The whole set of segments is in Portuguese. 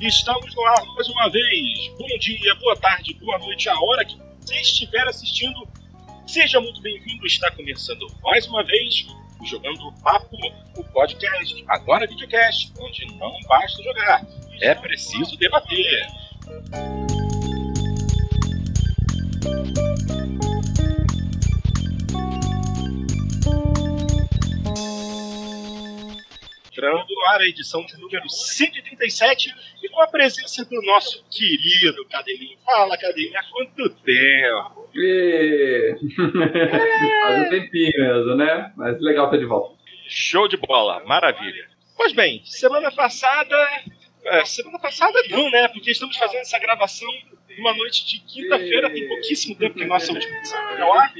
Estamos no ar mais uma vez. Bom dia, boa tarde, boa noite, a hora que você estiver assistindo. Seja muito bem-vindo. Está começando mais uma vez o Jogando Papo, o podcast, agora videocast, onde não basta jogar, é preciso debater. Entrando no ar a edição de número 137 e com a presença do nosso querido Cadelinho. Fala, Cadelinho, há quanto tempo? Faz um tempinho mesmo, né? Mas legal estar de volta. Show de bola, maravilha. Pois bem, semana passada não, né? Porque estamos fazendo essa gravação numa noite de quinta-feira, tem pouquíssimo tempo que nossa última edição foi ao ar.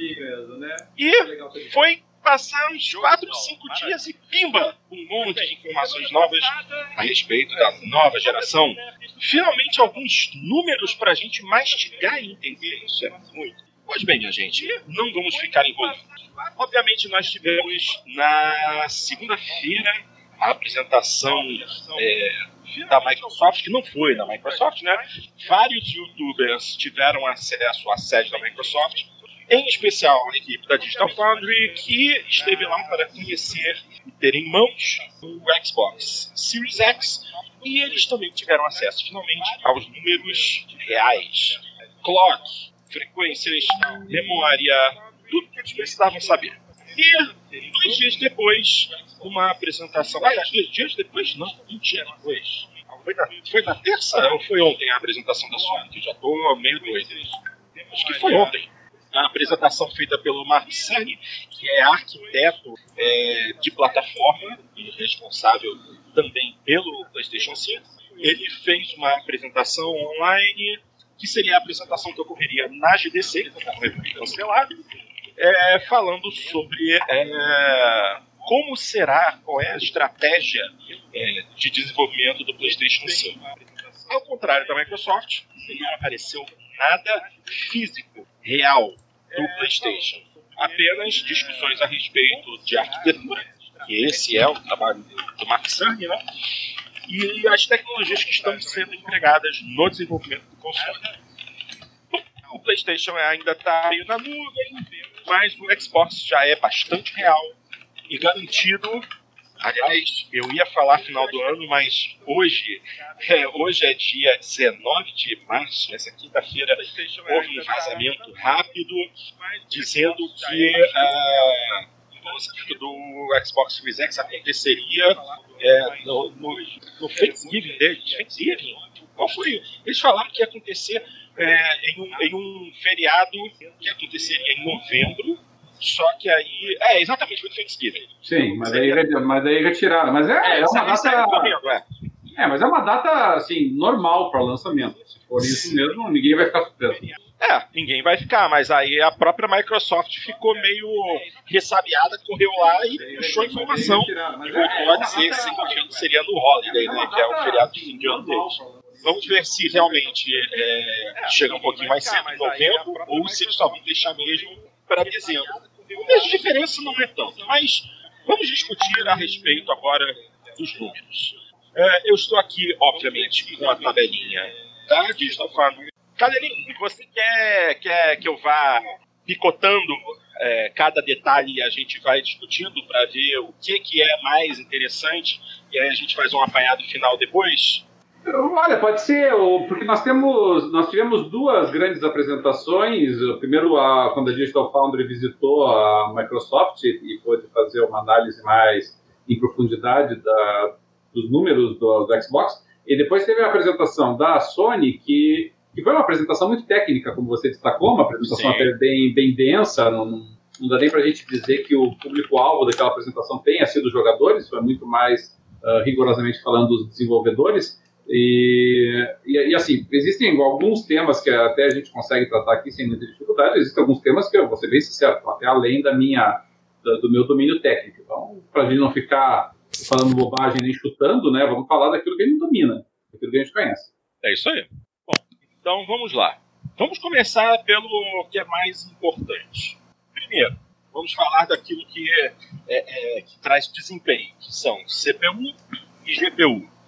E foi passar uns 4, 5 dias e pimba! Um monte de informações novas a respeito da nova geração. Finalmente alguns números pra gente mastigar e entender. Isso é muito. Pois bem, minha gente, não vamos ficar envolvidos. Obviamente nós tivemos na segunda-feira a apresentação da Microsoft, que não foi na Microsoft, né? Vários youtubers tiveram acesso à sede da Microsoft, em especial a equipe da Digital Foundry, que esteve lá para conhecer e ter em mãos o Xbox Series X, e eles também tiveram acesso, finalmente, aos números reais. Clock, frequências, memória, tudo que eles precisavam saber. E 2 dias depois, uma apresentação... Aliás, 2 dias depois? Não, 1 dia depois. Foi na terça ou foi ontem a apresentação da Sony? Que já estou meio doido. Acho que foi ontem. A apresentação feita pelo Mark Cerny, que é arquiteto de plataforma e responsável também pelo PlayStation 5. Ele fez uma apresentação online, que seria a apresentação que ocorreria na GDC, que foi cancelada, falando sobre como será, qual é a estratégia de desenvolvimento do PlayStation 5. Ao contrário da Microsoft, não apareceu nada físico, real, do PlayStation. Apenas discussões a respeito de arquitetura, que esse é o trabalho do Mark Cerny, né? E as tecnologias que estão sendo empregadas no desenvolvimento do console. O PlayStation ainda está meio na nuvem, mas o Xbox já é bastante real e garantido. Aliás, eu ia falar final do ano, mas hoje é dia 19 de março, essa quinta-feira, houve um vazamento rápido dizendo que o lançamento do Xbox Series X aconteceria no Thanksgiving deles. Thanksgiving? Qual foi? Eles falaram que ia acontecer em um feriado que aconteceria em novembro. Só que aí... exatamente, foi do Thanksgiving. Sim, mas aí retiraram. Mas é uma data... mas é uma data, assim, normal para o lançamento. Se for isso mesmo, ninguém vai ficar surpreso. Ninguém vai ficar, mas aí a própria Microsoft ficou meio ressabiada, correu lá e puxou a informação. E voltou a dizer que seria no Holiday, né, que é o feriado de fim de ano deles. Vamos ver se realmente chega um pouquinho mais cedo, em novembro, ou se eles só vão deixar mesmo para dezembro. A diferença não é tanto, mas vamos discutir a respeito agora dos números. Eu estou aqui, obviamente, com a tabelinha da Digital Foundry. Cadelinho, você quer que eu vá picotando cada detalhe e a gente vai discutindo para ver o que é mais interessante e aí a gente faz um apanhado final depois? Olha, pode ser, porque nós tivemos 2 grandes apresentações. Primeiro, quando a Digital Foundry visitou a Microsoft e pôde fazer uma análise mais em profundidade dos números do Xbox. E depois teve a apresentação da Sony, que foi uma apresentação muito técnica, como você destacou, uma apresentação até bem densa. Não dá nem para a gente dizer que o público-alvo daquela apresentação tenha sido os jogadores, foi muito mais, rigorosamente falando, dos desenvolvedores. E assim, existem alguns temas que até a gente consegue tratar aqui sem muita dificuldade. Existem alguns temas que eu vou ser bem sincero, estão até além do meu domínio técnico. Então, para a gente não ficar falando bobagem nem chutando, né, vamos falar daquilo que a gente domina, daquilo que a gente conhece. É isso aí. Bom, então vamos lá. Vamos começar pelo que é mais importante. Primeiro, vamos falar daquilo que traz desempenho, que são CPU e GPU.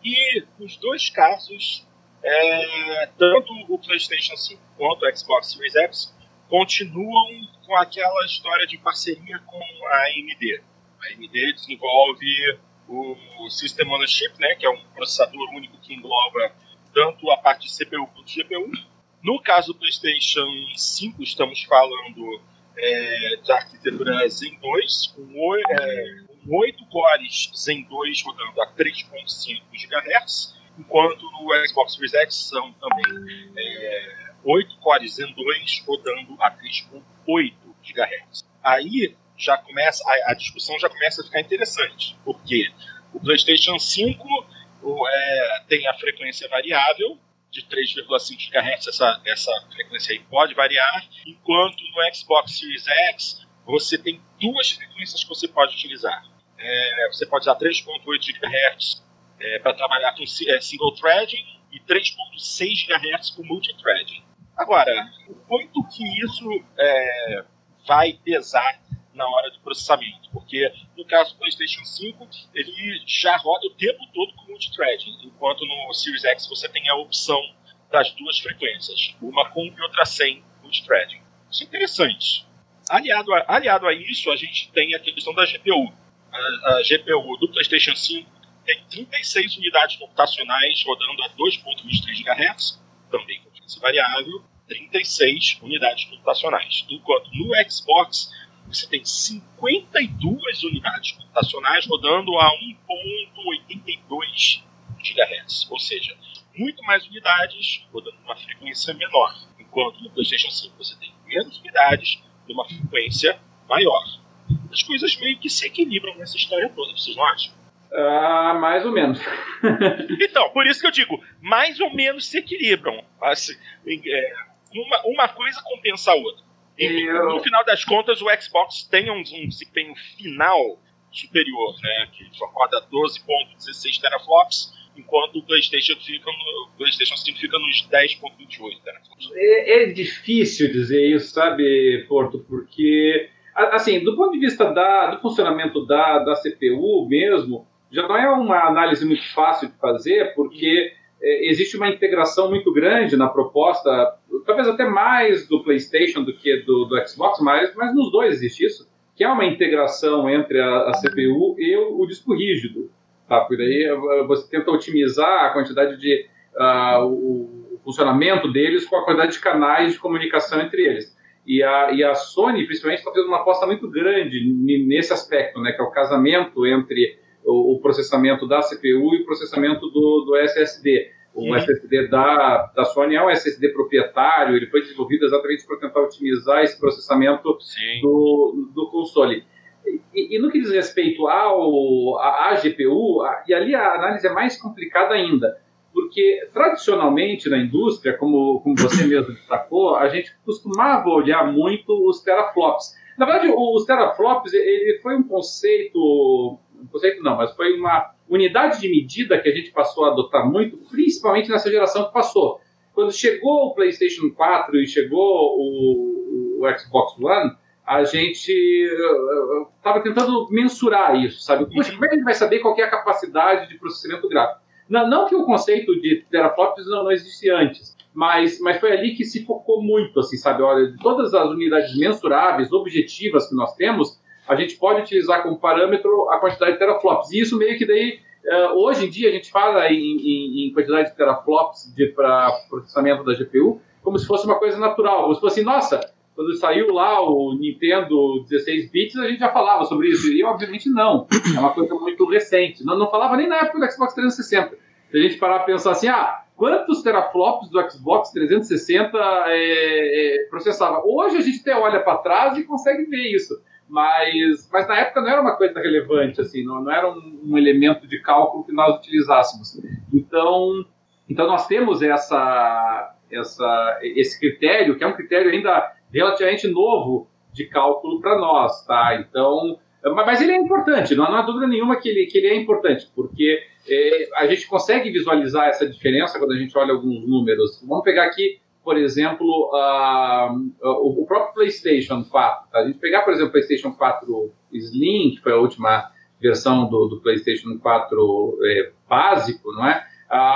E nos dois casos, tanto o PlayStation 5 quanto o Xbox Series X continuam com aquela história de parceria com a AMD. A AMD desenvolve o System on a Chip, né, que é um processador único que engloba tanto a parte de CPU quanto de GPU. No caso do PlayStation 5, estamos falando de arquitetura Zen 2, com 8 cores Zen 2 rodando a 3.5 GHz, enquanto no Xbox Series X são também 8 cores Zen 2 rodando a 3.8 GHz. Aí já começa, a discussão já começa a ficar interessante, porque o PlayStation 5 tem a frequência variável de 3,5 GHz, essa frequência aí pode variar, enquanto no Xbox Series X você tem duas frequências que você pode utilizar. Você pode usar 3,8 GHz para trabalhar com single threading e 3,6 GHz com multithreading. Agora, o quanto que isso vai pesar na hora do processamento? Porque no caso do PlayStation 5, ele já roda o tempo todo com multithreading, enquanto no Series X você tem a opção das duas frequências, uma com e outra sem multithreading. Isso é interessante. Aliado a isso, a gente tem a questão da GPU. A GPU do PlayStation 5 tem 36 unidades computacionais rodando a 2.23 GHz, também com frequência variável, 36 unidades computacionais. Enquanto no Xbox você tem 52 unidades computacionais rodando a 1.82 GHz, ou seja, muito mais unidades rodando uma frequência menor, enquanto no PlayStation 5 você tem menos unidades de uma frequência maior. As coisas meio que se equilibram nessa história toda, vocês não acham? Mais ou menos. Então, por isso que eu digo, mais ou menos se equilibram. Assim, uma coisa compensa a outra. No final das contas, o Xbox tem um desempenho final superior, né? Que só roda 12.16 teraflops, enquanto o PlayStation 5 fica nos 10.28 teraflops. É difícil dizer isso, sabe, Porto, porque, assim, do ponto de vista do funcionamento da CPU mesmo, já não é uma análise muito fácil de fazer, porque existe uma integração muito grande na proposta, talvez até mais do PlayStation do que do Xbox, mas nos dois existe isso, que é uma integração entre a CPU e o disco rígido. Tá? Porque daí você tenta otimizar a quantidade de o funcionamento deles com a quantidade de canais de comunicação entre eles. E a Sony, principalmente, está fazendo uma aposta muito grande nesse aspecto, né, que é o casamento entre o processamento da CPU e o processamento do SSD. O SSD da Sony é um SSD proprietário, ele foi desenvolvido exatamente para tentar otimizar esse processamento do console. E no que diz respeito à GPU, e ali a análise é mais complicada ainda, porque tradicionalmente na indústria, como você mesmo destacou, a gente costumava olhar muito os teraflops. Na verdade, os teraflops ele foi um conceito não, mas foi uma unidade de medida que a gente passou a adotar muito, principalmente nessa geração que passou. Quando chegou o PlayStation 4 e chegou o Xbox One, a gente estava tentando mensurar isso, sabe? Como é que a gente vai saber qual que é a capacidade de processamento gráfico? Não que o conceito de teraflops não existe antes, mas foi ali que se focou muito, assim, sabe? Olha, de todas as unidades mensuráveis, objetivas que nós temos, a gente pode utilizar como parâmetro a quantidade de teraflops. E isso meio que daí, hoje em dia, a gente fala em quantidade de teraflops para processamento da GPU como se fosse uma coisa natural, como se fosse assim, nossa, quando saiu lá o Nintendo 16 bits, a gente já falava sobre isso. E, obviamente, não. É uma coisa muito recente. Não falava nem na época do Xbox 360. Se a gente parar para pensar assim, quantos teraflops do Xbox 360 processava? Hoje a gente até olha para trás e consegue ver isso. Mas na época não era uma coisa relevante, assim, não era um elemento de cálculo que nós utilizássemos. Então nós temos esse critério, que é um critério ainda relativamente novo de cálculo para nós, tá? Então, mas ele é importante, não há dúvida nenhuma que ele é importante, porque a gente consegue visualizar essa diferença quando a gente olha alguns números. Vamos pegar aqui, por exemplo, o próprio PlayStation 4. Tá? A gente pegar, por exemplo, o PlayStation 4 Slim, que foi a última versão do PlayStation 4 básico, não é?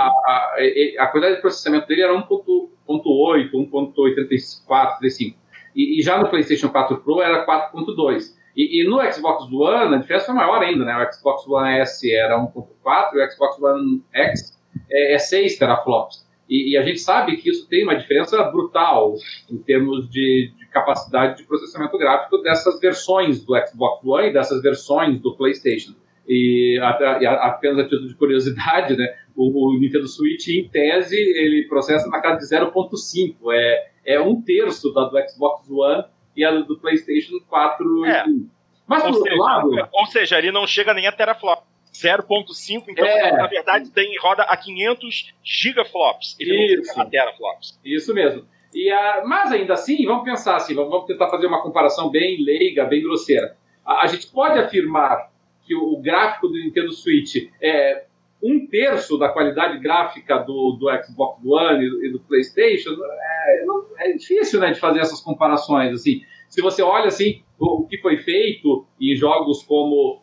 A qualidade de processamento dele era 1.8, 1.84, 35. E já no PlayStation 4 Pro era 4.2. E no Xbox One a diferença foi maior ainda, né? O Xbox One S era 1.4 e o Xbox One X é 6 teraflops. E a gente sabe que isso tem uma diferença brutal em termos de capacidade de processamento gráfico dessas versões do Xbox One e dessas versões do PlayStation. E apenas a título de curiosidade, né, o Nintendo Switch, em tese, ele processa na casa de 0.5. É um terço da do Xbox One e a do PlayStation 4. Mas, por outro lado... Ou seja, ele não chega nem a teraflop. 0.5, então, na verdade, roda a 500 gigaflops. Ele não chega a teraflops. Isso mesmo. Mas, ainda assim, vamos pensar assim, vamos tentar fazer uma comparação bem leiga, bem grosseira. A gente pode afirmar que o gráfico do Nintendo Switch é 1/3 da qualidade gráfica do Xbox One e do PlayStation. É difícil, né, de fazer essas comparações. Assim. Se você olha assim, o que foi feito em jogos como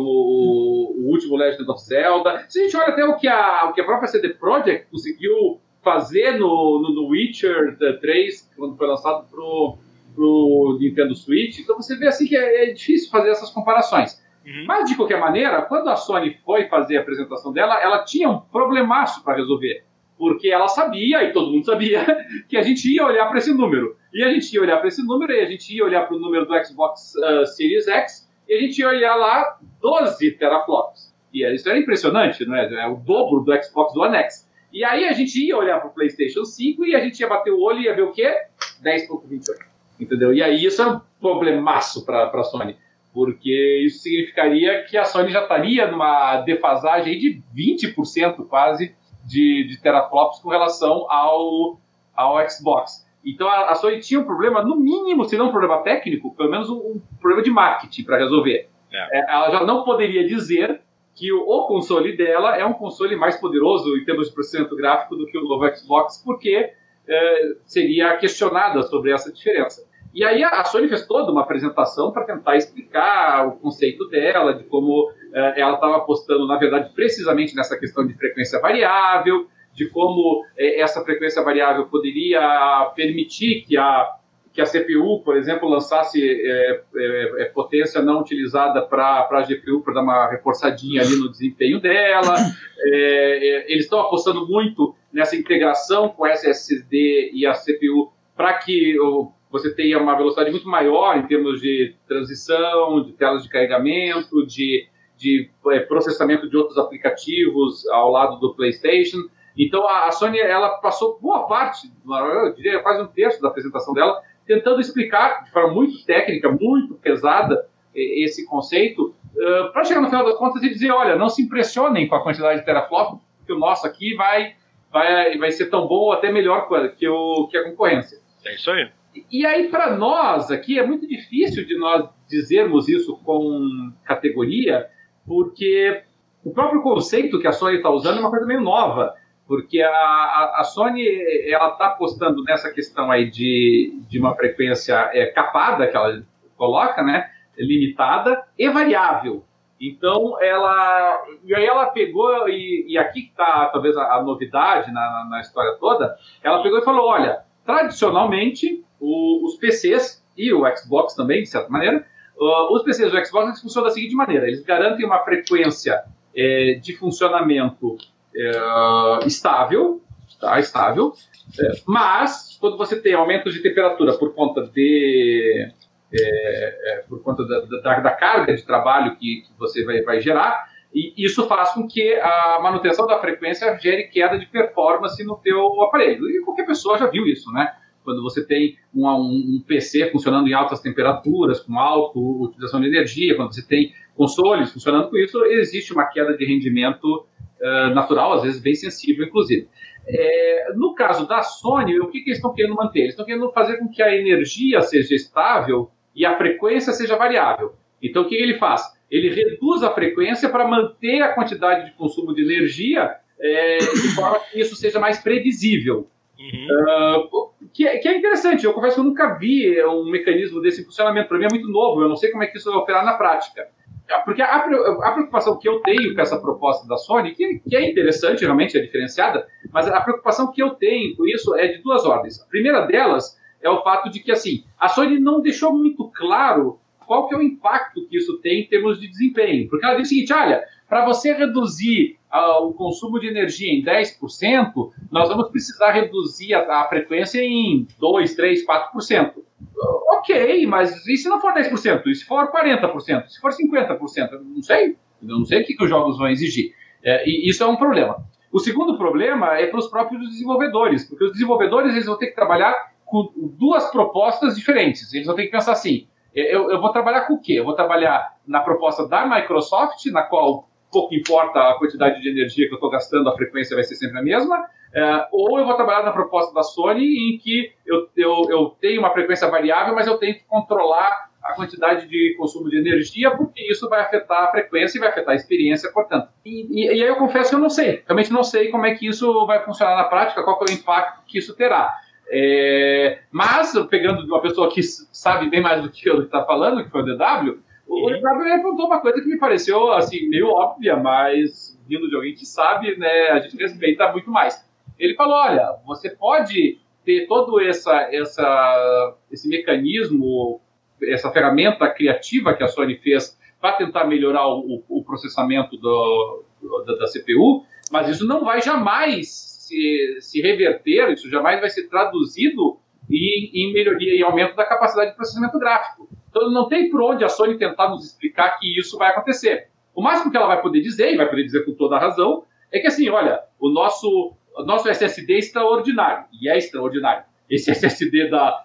o último Legend of Zelda, se a gente olha até o que a própria CD Projekt conseguiu fazer no Witcher 3, quando foi lançado pro Nintendo Switch, então você vê assim que é difícil fazer essas comparações. Uhum. Mas, de qualquer maneira, quando a Sony foi fazer a apresentação dela, ela tinha um problemaço para resolver. Porque ela sabia, e todo mundo sabia, que a gente ia olhar para esse número. E a gente ia olhar para esse número, e a gente ia olhar para o número do Xbox Series X, e a gente ia olhar lá 12 teraflops. E isso era impressionante, não é? É o dobro do Xbox One X. E aí a gente ia olhar para o PlayStation 5 e a gente ia bater o olho e ia ver o quê? 10.28. Entendeu? E aí isso é um problemaço para a Sony. Porque isso significaria que a Sony já estaria numa defasagem de 20% quase de teraflops com relação ao Xbox. Então a Sony tinha um problema, no mínimo, se não um problema técnico, pelo menos um problema de marketing para resolver. Ela já não poderia dizer que o console dela é um console mais poderoso em termos de processamento gráfico do que o novo Xbox, porque seria questionada sobre essa diferença. E aí a Sony fez toda uma apresentação para tentar explicar o conceito dela, de como ela estava apostando, na verdade, precisamente nessa questão de frequência variável, de como essa frequência variável poderia permitir que a CPU, por exemplo, lançasse potência não utilizada para a GPU, para dar uma reforçadinha ali no desempenho dela. Eles estão apostando muito nessa integração com a SSD e a CPU para que você tenha uma velocidade muito maior em termos de transição, de telas de carregamento, de processamento de outros aplicativos ao lado do PlayStation. Então a Sony ela passou boa parte, eu diria quase 1/3 da apresentação dela, tentando explicar de forma muito técnica, muito pesada, esse conceito, para chegar no final das contas e dizer, olha, não se impressionem com a quantidade de teraflop, porque o nosso aqui vai ser tão bom ou até melhor que a concorrência. É isso aí. E aí, para nós aqui, é muito difícil de nós dizermos isso com categoria, porque o próprio conceito que a Sony está usando é uma coisa meio nova, porque a Sony ela está apostando nessa questão aí de uma frequência capada, que ela coloca, né, limitada e variável. Então, ela pegou, e aqui que está talvez a novidade na história toda, ela pegou e falou, olha, tradicionalmente, os PCs e o Xbox também, de certa maneira, os PCs do Xbox funcionam da seguinte maneira, eles garantem uma frequência de funcionamento estável, mas quando você tem aumentos de temperatura por conta da carga de trabalho que você vai gerar, e isso faz com que a manutenção da frequência gere queda de performance no teu aparelho. E qualquer pessoa já viu isso, né? Quando você tem um PC funcionando em altas temperaturas, com alta utilização de energia, quando você tem consoles funcionando com isso, existe uma queda de rendimento natural, às vezes bem sensível, inclusive. No caso da Sony, o que eles estão querendo manter? Eles estão querendo fazer com que a energia seja estável e a frequência seja variável. Então, o que ele faz? Ele reduz a frequência para manter a quantidade de consumo de energia de forma que isso seja mais previsível. Uhum. Que é interessante. Eu confesso que eu nunca vi um mecanismo desse funcionamento. Para mim é muito novo. Eu não sei como é que isso vai operar na prática. Porque a preocupação que eu tenho com essa proposta da Sony, que é interessante, realmente é diferenciada, mas a preocupação que eu tenho com isso é de duas ordens. A primeira delas é o fato de que, assim, a Sony não deixou muito claro qual que é o impacto que isso tem em termos de desempenho. Porque ela diz o seguinte, olha, para você reduzir o consumo de energia em 10%, nós vamos precisar reduzir a frequência em 2%, 3%, 4%. Ok, mas e se não for 10%? E se for 40%? Se for 50%? Eu não sei. Eu não sei o que os jogos vão exigir. E isso é um problema. O segundo problema é para os próprios desenvolvedores, porque os desenvolvedores eles vão ter que trabalhar com duas propostas diferentes. Eles vão ter que pensar assim, eu vou trabalhar com o quê? Eu vou trabalhar na proposta da Microsoft, na qual pouco importa a quantidade de energia que eu estou gastando, a frequência vai ser sempre a mesma, ou eu vou trabalhar na proposta da Sony, em que eu tenho uma frequência variável, mas eu tenho que controlar a quantidade de consumo de energia, porque isso vai afetar a frequência e vai afetar a experiência, portanto. E aí eu confesso que eu não sei, realmente não sei como é que isso vai funcionar na prática, qual que é o impacto que isso terá. Mas, pegando de uma pessoa que sabe bem mais do que eu está falando, que foi o DW, o DW perguntou uma coisa que me pareceu assim, meio óbvia, mas vindo de alguém que sabe, né, a gente respeita muito mais. Ele falou, olha, você pode ter todo esse mecanismo, essa ferramenta criativa que a Sony fez para tentar melhorar o processamento da CPU, mas isso não vai jamais se reverter, isso jamais vai ser traduzido em melhoria e aumento da capacidade de processamento gráfico. Então não tem por onde a Sony tentar nos explicar que isso vai acontecer. O máximo que ela vai poder dizer, e vai poder dizer com toda a razão, é que assim, olha, o nosso SSD é extraordinário, e é extraordinário. Esse SSD da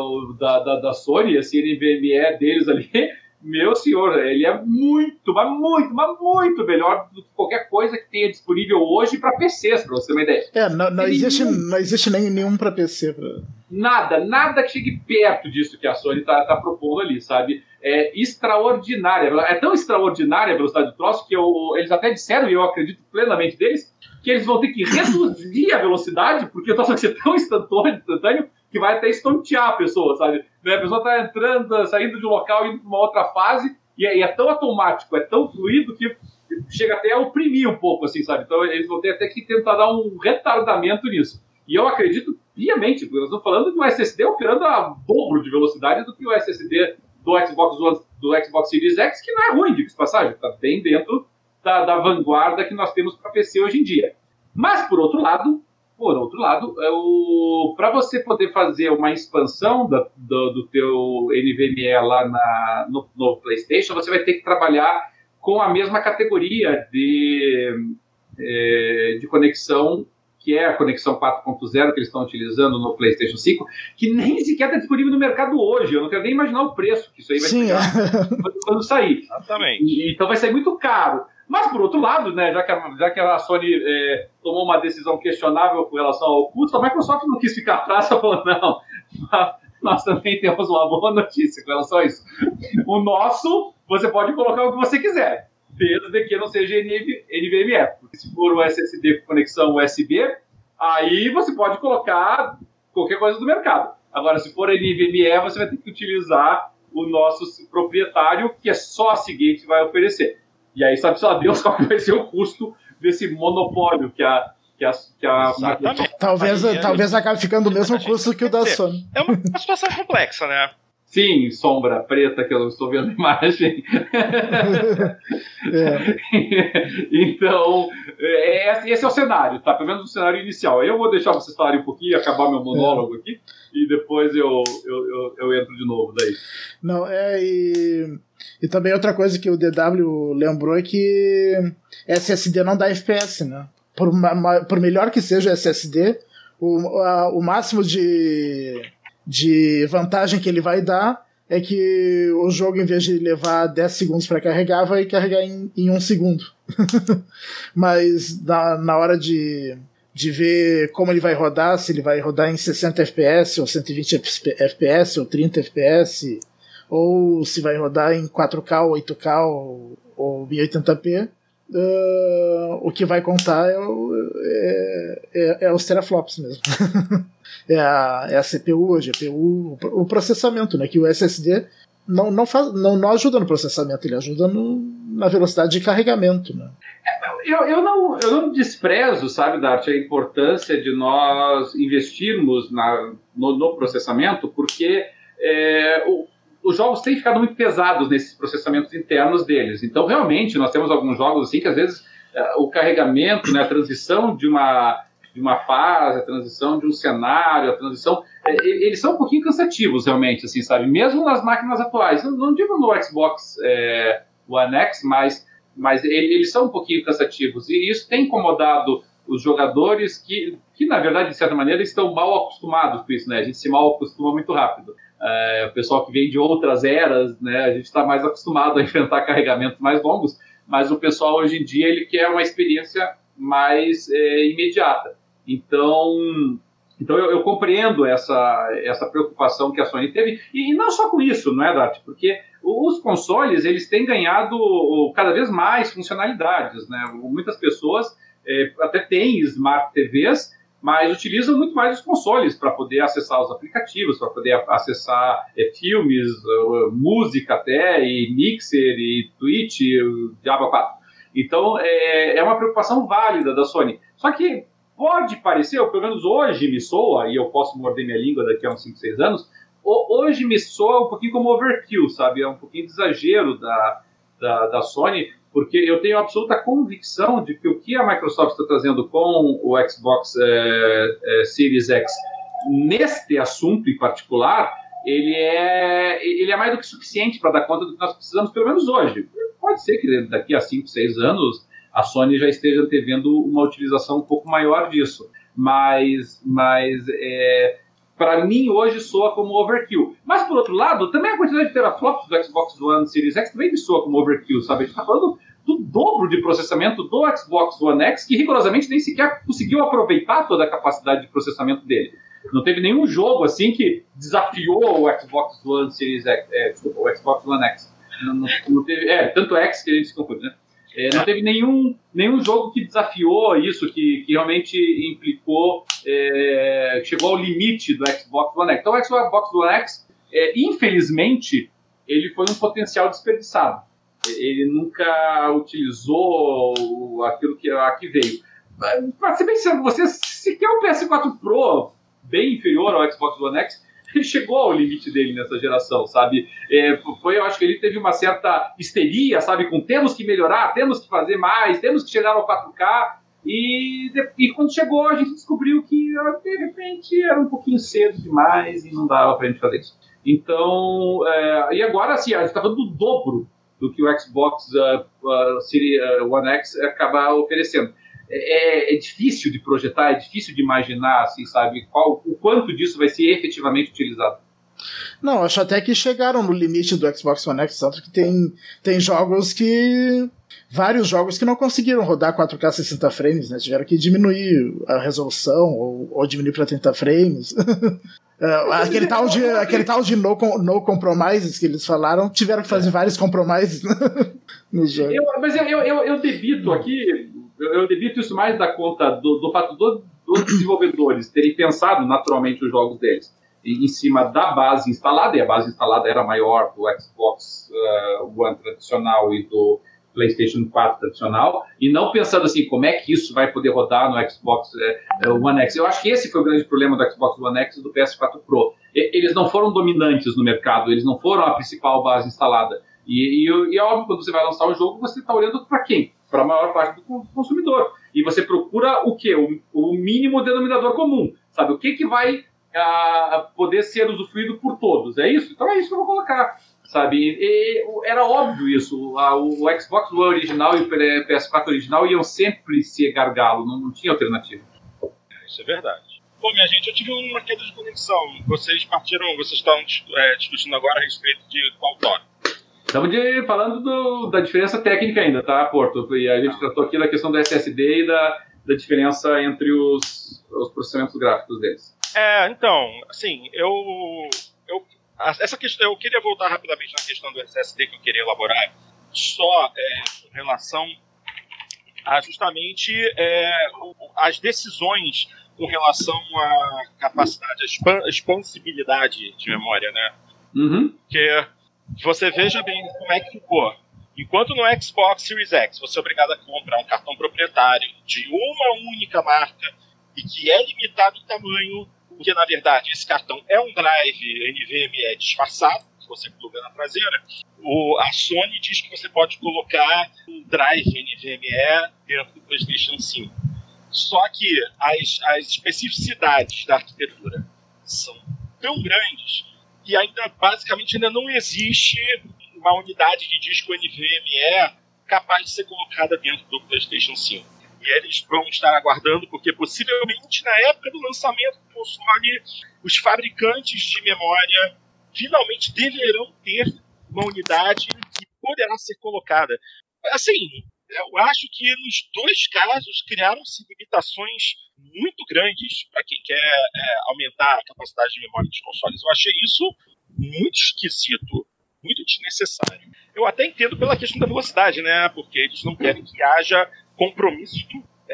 Sony, esse NVMe deles ali, meu senhor, ele é muito, mas muito melhor do que qualquer coisa que tenha disponível hoje para PCs, para você ter uma ideia. Não existe nenhum para PC. Nada que chegue perto disso que a Sony tá propondo ali, sabe? É extraordinária. É tão extraordinária a velocidade do troço que eles até disseram, e eu acredito plenamente deles, que eles vão ter que reduzir a velocidade, porque o troço vai ser tão instantâneo que vai até estontear a pessoa, sabe? A pessoa está entrando, saindo de um local, indo para uma outra fase, e é tão automático, é tão fluido que chega até a oprimir um pouco, assim, sabe? Então eles vão ter até que tentar dar um retardamento nisso. E eu acredito piamente, porque nós estamos falando que o SSD operando a dobro de velocidade do que o SSD do Xbox One, do Xbox Series X, que não é ruim, diga-se de passagem, está bem dentro da vanguarda que nós temos para PC hoje em dia. Mas, por outro lado, para você poder fazer uma expansão do teu NVMe lá no PlayStation, você vai ter que trabalhar com a mesma categoria de conexão, que é a conexão 4.0 que eles estão utilizando no PlayStation 5, que nem sequer está disponível no mercado hoje. Eu não quero nem imaginar o preço que isso aí vai chegar quando sair. Exatamente. Então vai sair muito caro. Mas, por outro lado, né, já que a Sony tomou uma decisão questionável com relação ao custo, a Microsoft não quis ficar atrás, só falou, não, nós também temos uma boa notícia com relação a isso. O nosso, você pode colocar o que você quiser, desde que não seja NVMe. Porque se for o SSD com conexão USB, aí você pode colocar qualquer coisa do mercado. Agora, se for NVMe, você vai ter que utilizar o nosso proprietário, que é só a Seagate vai oferecer. E aí sabe só Deus qual vai ser o custo desse monopólio que a talvez acabe ficando o mesmo custo que o da Sony. É uma situação complexa, né? Sim, sombra preta que eu não estou vendo a imagem. Então, esse é o cenário, tá? Pelo menos o cenário inicial. Eu vou deixar vocês falarem um pouquinho, acabar meu monólogo aqui, e depois eu entro de novo daí. Não, e também outra coisa que o DW lembrou é que SSD não dá FPS, né? Por melhor que seja o SSD, o máximo de vantagem que ele vai dar é que o jogo, em vez de levar 10 segundos para carregar, vai carregar em 1 segundo. Mas na hora de ver como ele vai rodar, se ele vai rodar em 60 FPS, ou 120 FPS, ou 30 FPS, ou se vai rodar em 4K, 8K ou 1080p, o que vai contar é os teraflops mesmo. É a CPU, a GPU, o processamento, né? Que o SSD não ajuda no processamento, ele ajuda na velocidade de carregamento, né? Eu não desprezo, sabe, Dart, a importância de nós investirmos no processamento, porque os jogos têm ficado muito pesados nesses processamentos internos deles. Então, realmente, nós temos alguns jogos assim que, às vezes, o carregamento, né, a transição de uma fase, a transição de um cenário, a transição... eles são um pouquinho cansativos, realmente, assim, sabe? Mesmo nas máquinas atuais. Não digo no Xbox One X, mas eles são um pouquinho cansativos. E isso tem incomodado os jogadores que, na verdade, de certa maneira, estão mal acostumados com isso, né? A gente se mal acostuma muito rápido. O pessoal que vem de outras eras, né? A gente está mais acostumado a enfrentar carregamentos mais longos, mas o pessoal, hoje em dia, ele quer uma experiência mais imediata. Então eu compreendo essa preocupação que a Sony teve, e não só com isso, não é, Dart? Porque os consoles, eles têm ganhado cada vez mais funcionalidades, né? Muitas pessoas até têm Smart TVs, mas utilizam muito mais os consoles para poder acessar os aplicativos, para poder acessar filmes, música até, e Mixer, e Twitch, e Diabo 4. Então, é uma preocupação válida da Sony. Só que pode parecer, ou pelo menos hoje me soa, e eu posso morder minha língua daqui a uns 5, 6 anos, hoje me soa um pouquinho como overkill, sabe? É um pouquinho de exagero da Sony, porque eu tenho absoluta convicção de que o que a Microsoft está trazendo com o Xbox Series X neste assunto em particular, ele é mais do que suficiente para dar conta do que nós precisamos, pelo menos hoje. Pode ser que daqui a 5, 6 anos a Sony já esteja antevendo uma utilização um pouco maior disso. Mas para mim, hoje, soa como overkill. Mas, por outro lado, também a quantidade de teraflops do Xbox One Series X também me soa como overkill, sabe? A gente está falando do dobro de processamento do Xbox One X, que rigorosamente nem sequer conseguiu aproveitar toda a capacidade de processamento dele. Não teve nenhum jogo assim que desafiou o Xbox One Series X, o Xbox One X. Não teve, tanto X que a gente se confunde, né? Não teve nenhum jogo que desafiou isso, que realmente implicou, chegou ao limite do Xbox One X. Então o Xbox One X, infelizmente, ele foi um potencial desperdiçado. Ele nunca utilizou aquilo que veio. Para ser bem sincero, você sequer o PS4 Pro, bem inferior ao Xbox One X, ele chegou ao limite dele nessa geração, sabe? Eu acho que ele teve uma certa histeria, sabe? Com temos que melhorar, temos que fazer mais, temos que chegar ao 4K. E quando chegou, a gente descobriu que, de repente, era um pouquinho cedo demais e não dava pra gente fazer isso. Então, e agora, assim, a gente tá falando do dobro do que o Xbox Series One X acaba oferecendo. É difícil de projetar, é difícil de imaginar, assim, sabe, o quanto disso vai ser efetivamente utilizado. Não, acho até que chegaram no limite do Xbox One X, tanto que tem jogos que... vários jogos que não conseguiram rodar 4K 60 frames, né? Tiveram que diminuir a resolução ou diminuir para 30 frames. Aquele tal de no compromises que eles falaram, tiveram que fazer vários compromises nos jogos. Mas eu debito aqui... Eu debito isso mais da conta do fato dos desenvolvedores terem pensado naturalmente os jogos deles em cima da base instalada, e a base instalada era maior do Xbox One tradicional e do PlayStation 4 tradicional, e não pensando assim, como é que isso vai poder rodar no Xbox One X. Eu acho que esse foi o grande problema do Xbox One X e do PS4 Pro. Eles não foram dominantes no mercado, eles não foram a principal base instalada. E é óbvio, quando você vai lançar um jogo, você está olhando para quem? Para a maior parte do consumidor. E você procura o quê? O mínimo denominador comum. Sabe? O que vai poder ser usufruído por todos? É isso? Então é isso que eu vou colocar. Sabe? Era óbvio isso. O Xbox One original e o PS4 original iam sempre ser gargalo. Não tinha alternativa. Isso é verdade. Bom, minha gente, eu tive uma queda de conexão. Vocês estão discutindo agora a respeito de qual tópico? Estamos falando da diferença técnica ainda, tá, Porto? E a gente tratou aqui da questão do SSD e da diferença entre os processamentos gráficos deles. Então, assim, essa questão, eu queria voltar rapidamente na questão do SSD que eu queria elaborar, só com relação a justamente as decisões com relação à capacidade, à expansibilidade de memória, né? Uhum. Porque você veja bem como é que ficou. Enquanto no Xbox Series X você é obrigado a comprar um cartão proprietário de uma única marca e que é limitado em tamanho, porque na verdade esse cartão é um drive NVMe disfarçado, que você pluga na traseira, a Sony diz que você pode colocar um drive NVMe dentro do PlayStation 5. Só que as especificidades da arquitetura são tão grandes que basicamente ainda não existe uma unidade de disco NVMe capaz de ser colocada dentro do PlayStation 5. E eles vão estar aguardando, porque possivelmente na época do lançamento do console, os fabricantes de memória finalmente deverão ter uma unidade que poderá ser colocada. Assim, eu acho que nos dois casos criaram-se limitações muito grandes para quem quer aumentar a capacidade de memória dos consoles. Eu achei isso muito esquisito, muito desnecessário. Eu até entendo pela questão da velocidade, né? Porque eles não querem que haja compromisso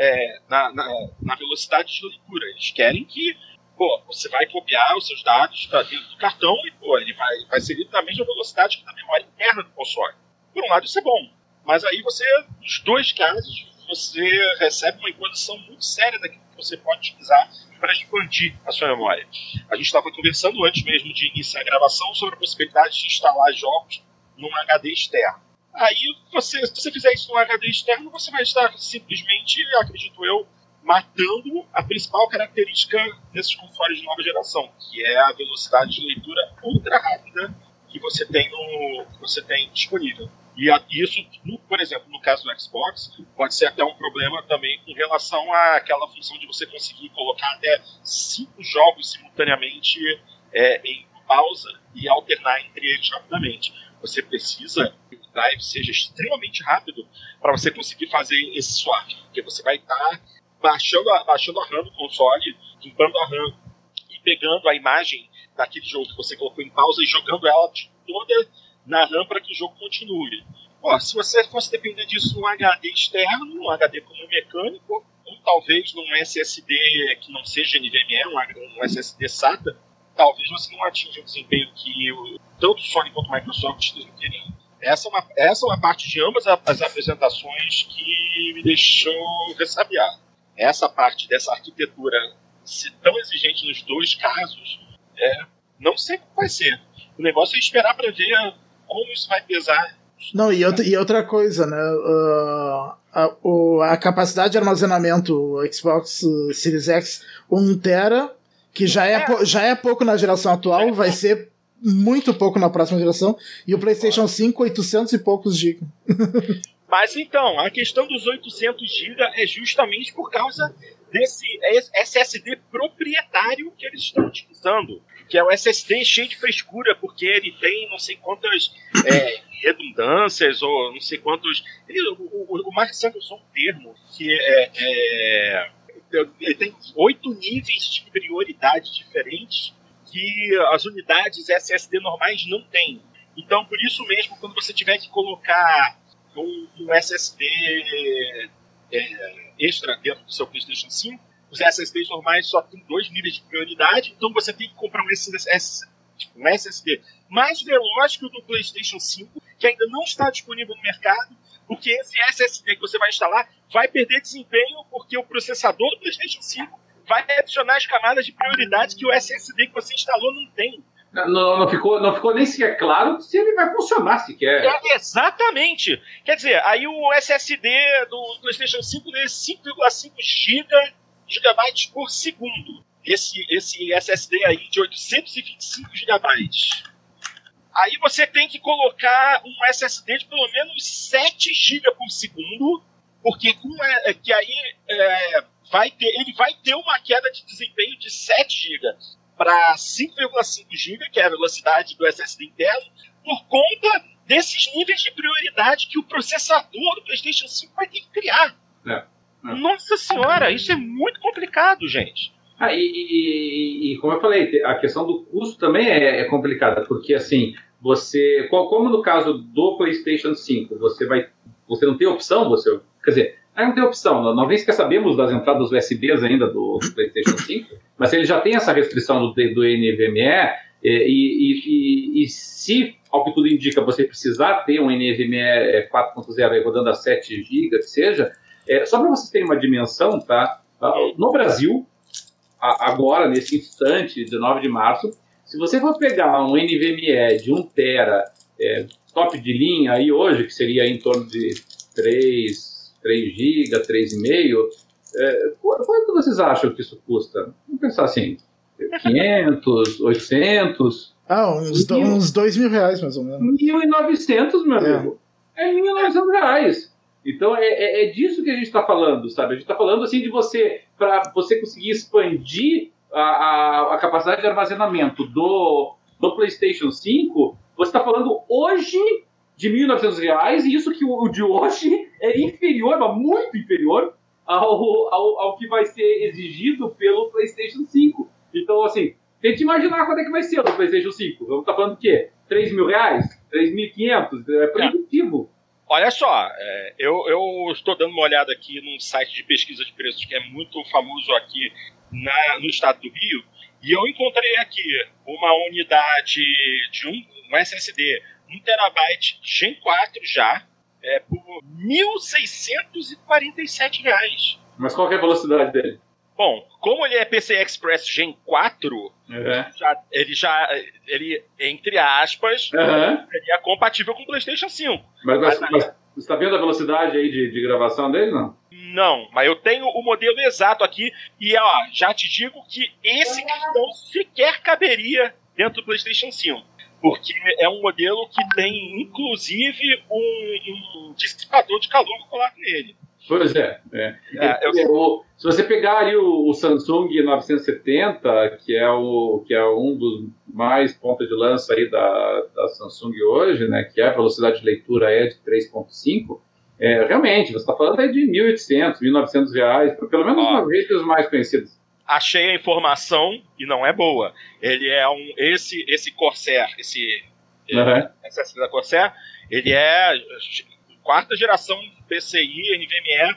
na velocidade de leitura. Eles querem que você vai copiar os seus dados para dentro do cartão e ele vai ser lido na mesma velocidade que na memória interna do console. Por um lado, isso é bom. Mas aí nos dois casos, você recebe uma imposição muito séria daquilo que você pode utilizar para expandir a sua memória. A gente estava conversando antes mesmo de iniciar a gravação sobre a possibilidade de instalar jogos num HD externo. Aí, se você fizer isso num HD externo, você vai estar simplesmente, acredito eu, matando a principal característica desses consoles de nova geração, que é a velocidade de leitura ultra rápida que você tem disponível. E isso, por exemplo, no caso do Xbox, pode ser até um problema também com relação àquela função de você conseguir colocar até 5 jogos simultaneamente em pausa e alternar entre eles rapidamente. Você precisa que o drive seja extremamente rápido para você conseguir fazer esse swap, porque você vai estar baixando a RAM do console, limpando a RAM e pegando a imagem daquele jogo que você colocou em pausa e jogando ela toda na RAM para que o jogo continue. Se você fosse depender disso num HD externo, num HD como mecânico, ou talvez num SSD que não seja NVMe, um SSD SATA, talvez você não atinja o desempenho que tanto Sony quanto Microsoft queriam. Essa é uma parte de ambas as apresentações que me deixou ressabiado. Essa parte dessa arquitetura ser tão exigente nos dois casos, não sei como vai ser. O negócio é esperar para ver como isso vai pesar. Não, e outra coisa, né? A capacidade de armazenamento o Xbox Series X 1 TB, que já é pouco na geração atual, vai ser muito pouco na próxima geração, e o PlayStation 5, 800 e poucos GB. Mas então, a questão dos 800 GB é justamente por causa desse SSD proprietário que eles estão utilizando, que é o SSD cheio de frescura, porque ele tem não sei quantas redundâncias, ou não sei quantos... O Mark Sanders usou um termo que ele tem 8 níveis de prioridade diferentes que as unidades SSD normais não têm. Então, por isso mesmo, quando você tiver que colocar um SSD extra dentro do seu PlayStation 5, os SSDs normais só tem 2 níveis de prioridade, então você tem que comprar um SSD mais veloz que o do PlayStation 5, que ainda não está disponível no mercado, porque esse SSD que você vai instalar vai perder desempenho, porque o processador do PlayStation 5 vai adicionar as camadas de prioridade que o SSD que você instalou não tem. Não ficou nem sequer claro se ele vai funcionar sequer. Exatamente. Quer dizer, aí o SSD do PlayStation 5 é 5,5 GB por segundo. Esse SSD aí de 825 GB. Aí você tem que colocar um SSD de pelo menos 7 GB por segundo, porque que aí ele vai ter uma queda de desempenho de 7 GB para 5,5 GB, que é a velocidade do SSD interno, por conta desses níveis de prioridade que o processador do PlayStation 5 vai ter que criar. Nossa senhora, isso é muito complicado, gente. E como eu falei, a questão do custo também é complicada, porque assim, como no caso do PlayStation 5, você não tem opção, quer dizer, não tem opção, nós nem sequer sabemos das entradas USBs ainda do PlayStation 5, mas ele já tem essa restrição do NVMe, E se, ao que tudo indica, você precisar ter um NVMe 4.0 aí rodando a 7 GB, que seja, só para vocês terem uma dimensão, tá? No Brasil, agora, nesse instante, 19 de março, se você for pegar um NVMe de 1 tera top de linha, aí hoje, que seria em torno de 3 GB, 3,5, quanto vocês acham que isso custa? Vamos pensar assim, 500, 800... uns 2 mil reais, mais ou menos. 1.900, meu amigo. É 1.900 reais. Então, é disso que a gente está falando, sabe? A gente está falando, assim, de você, para você conseguir expandir a capacidade de armazenamento do PlayStation 5, você está falando hoje de 1.900 reais, e isso que o de hoje é inferior, mas muito inferior, ao que vai ser exigido pelo PlayStation 5. Então, assim, tente imaginar quanto é que vai ser o do PlayStation 5. Vamos estar falando do quê? 3 mil reais? 3.500? É proibitivo. Olha só, eu estou dando uma olhada aqui num site de pesquisa de preços que é muito famoso aqui no estado do Rio, e eu encontrei aqui uma unidade de um SSD 1 terabyte Gen 4 já, por R$ 1.647. Mas qual que é a velocidade dele? Bom, como ele é PCI Express Gen 4, ele entre aspas, seria compatível com o PlayStation 5. Mas você está vendo a velocidade aí de gravação dele, não? Não, mas eu tenho o modelo exato aqui e já te digo que esse cartão sequer caberia dentro do PlayStation 5. Porque é um modelo que tem, inclusive, um dissipador de calor colado nele. Pois se você pegar ali o Samsung 970, que é um dos mais ponta de lança aí da Samsung hoje, né, que a velocidade de leitura é de 3.5, realmente, você está falando aí de 1.800, 1.900 reais, pelo menos nas redes mais conhecidas. Achei a informação e não é boa. Ele é esse Corsair, SSD da Corsair, ele é 4ª geração PCI NVMe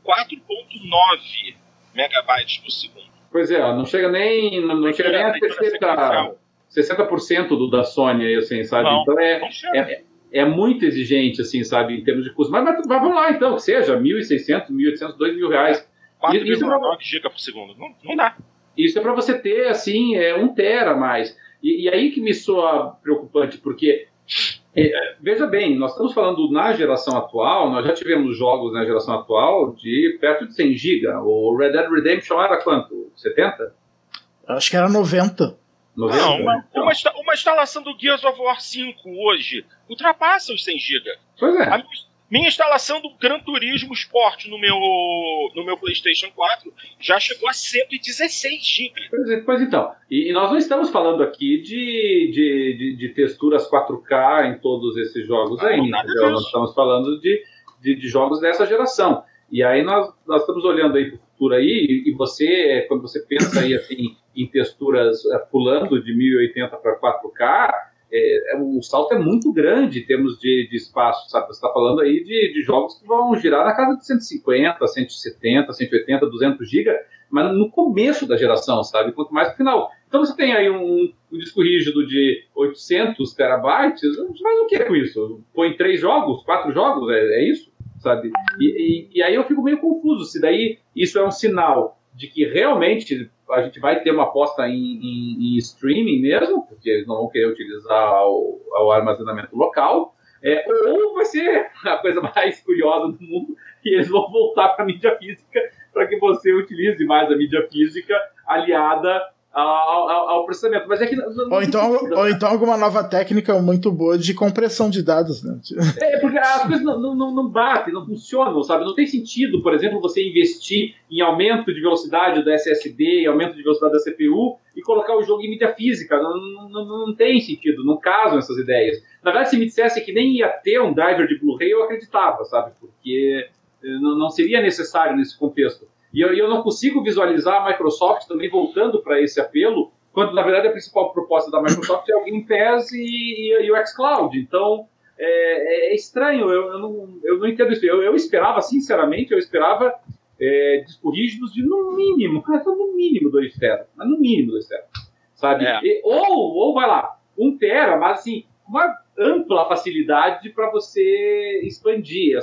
4.9 megabytes por segundo. Pois não chega nem a 60% do da Sony, assim, sabe? Não, então é muito exigente, assim, sabe, em termos de custo. Mas vamos lá, então, que seja 1.600, 1.800, 2.000 reais. 4,9 GB por segundo. Não dá. Isso é para você ter, assim, 1 tera a mais. E aí que me soa preocupante, porque... veja bem, nós estamos falando na geração atual, nós já tivemos jogos na geração atual de perto de 100 GB. O Red Dead Redemption era quanto? 70? Acho que era 90. Não, uma instalação do Gears of War 5 hoje ultrapassa os 100 GB. Pois é. Minha instalação do Gran Turismo Sport no meu PlayStation 4 já chegou a 116 GB. Pois então. E nós não estamos falando aqui de texturas 4K em todos esses jogos ainda. Nós estamos falando de jogos dessa geração. E aí nós estamos olhando aí para o futuro aí, e você, quando você pensa aí assim, em texturas pulando de 1080 para 4K, o salto é muito grande em termos de espaço, sabe? Você está falando aí de jogos que vão girar na casa de 150, 170, 180, 200 GB, mas no começo da geração, sabe? Quanto mais no final. Então você tem aí um disco rígido de 800 terabytes, você faz o que com isso? Põe 3 jogos, 4 jogos, é isso? Sabe? E aí eu fico meio confuso se daí isso é um sinal de que realmente a gente vai ter uma aposta em streaming mesmo, porque eles não vão querer utilizar o armazenamento local, ou vai ser a coisa mais curiosa do mundo e eles vão voltar para a mídia física para que você utilize mais a mídia física aliada ao processamento. Mas é que ou então alguma nova técnica muito boa de compressão de dados, né? Porque as coisas não batem, não funcionam, sabe? Não tem sentido, por exemplo, você investir em aumento de velocidade do SSD, aumento de velocidade da CPU e colocar o jogo em mídia física. Não tem sentido, não casam essas ideias. Na verdade, se me dissesse que nem ia ter um driver de Blu-ray, eu acreditava, sabe? Porque não seria necessário nesse contexto. E eu não consigo visualizar a Microsoft também voltando para esse apelo, quando, na verdade, a principal proposta da Microsoft é o Game Pass e o xCloud. Então, é estranho, eu não entendo isso. Eu esperava, sinceramente, disco rígidos de, no mínimo 2 teras. Mas no mínimo 2 teras. sabe? Ou vai lá, 1 tera, mas assim, uma ampla facilidade para você expandir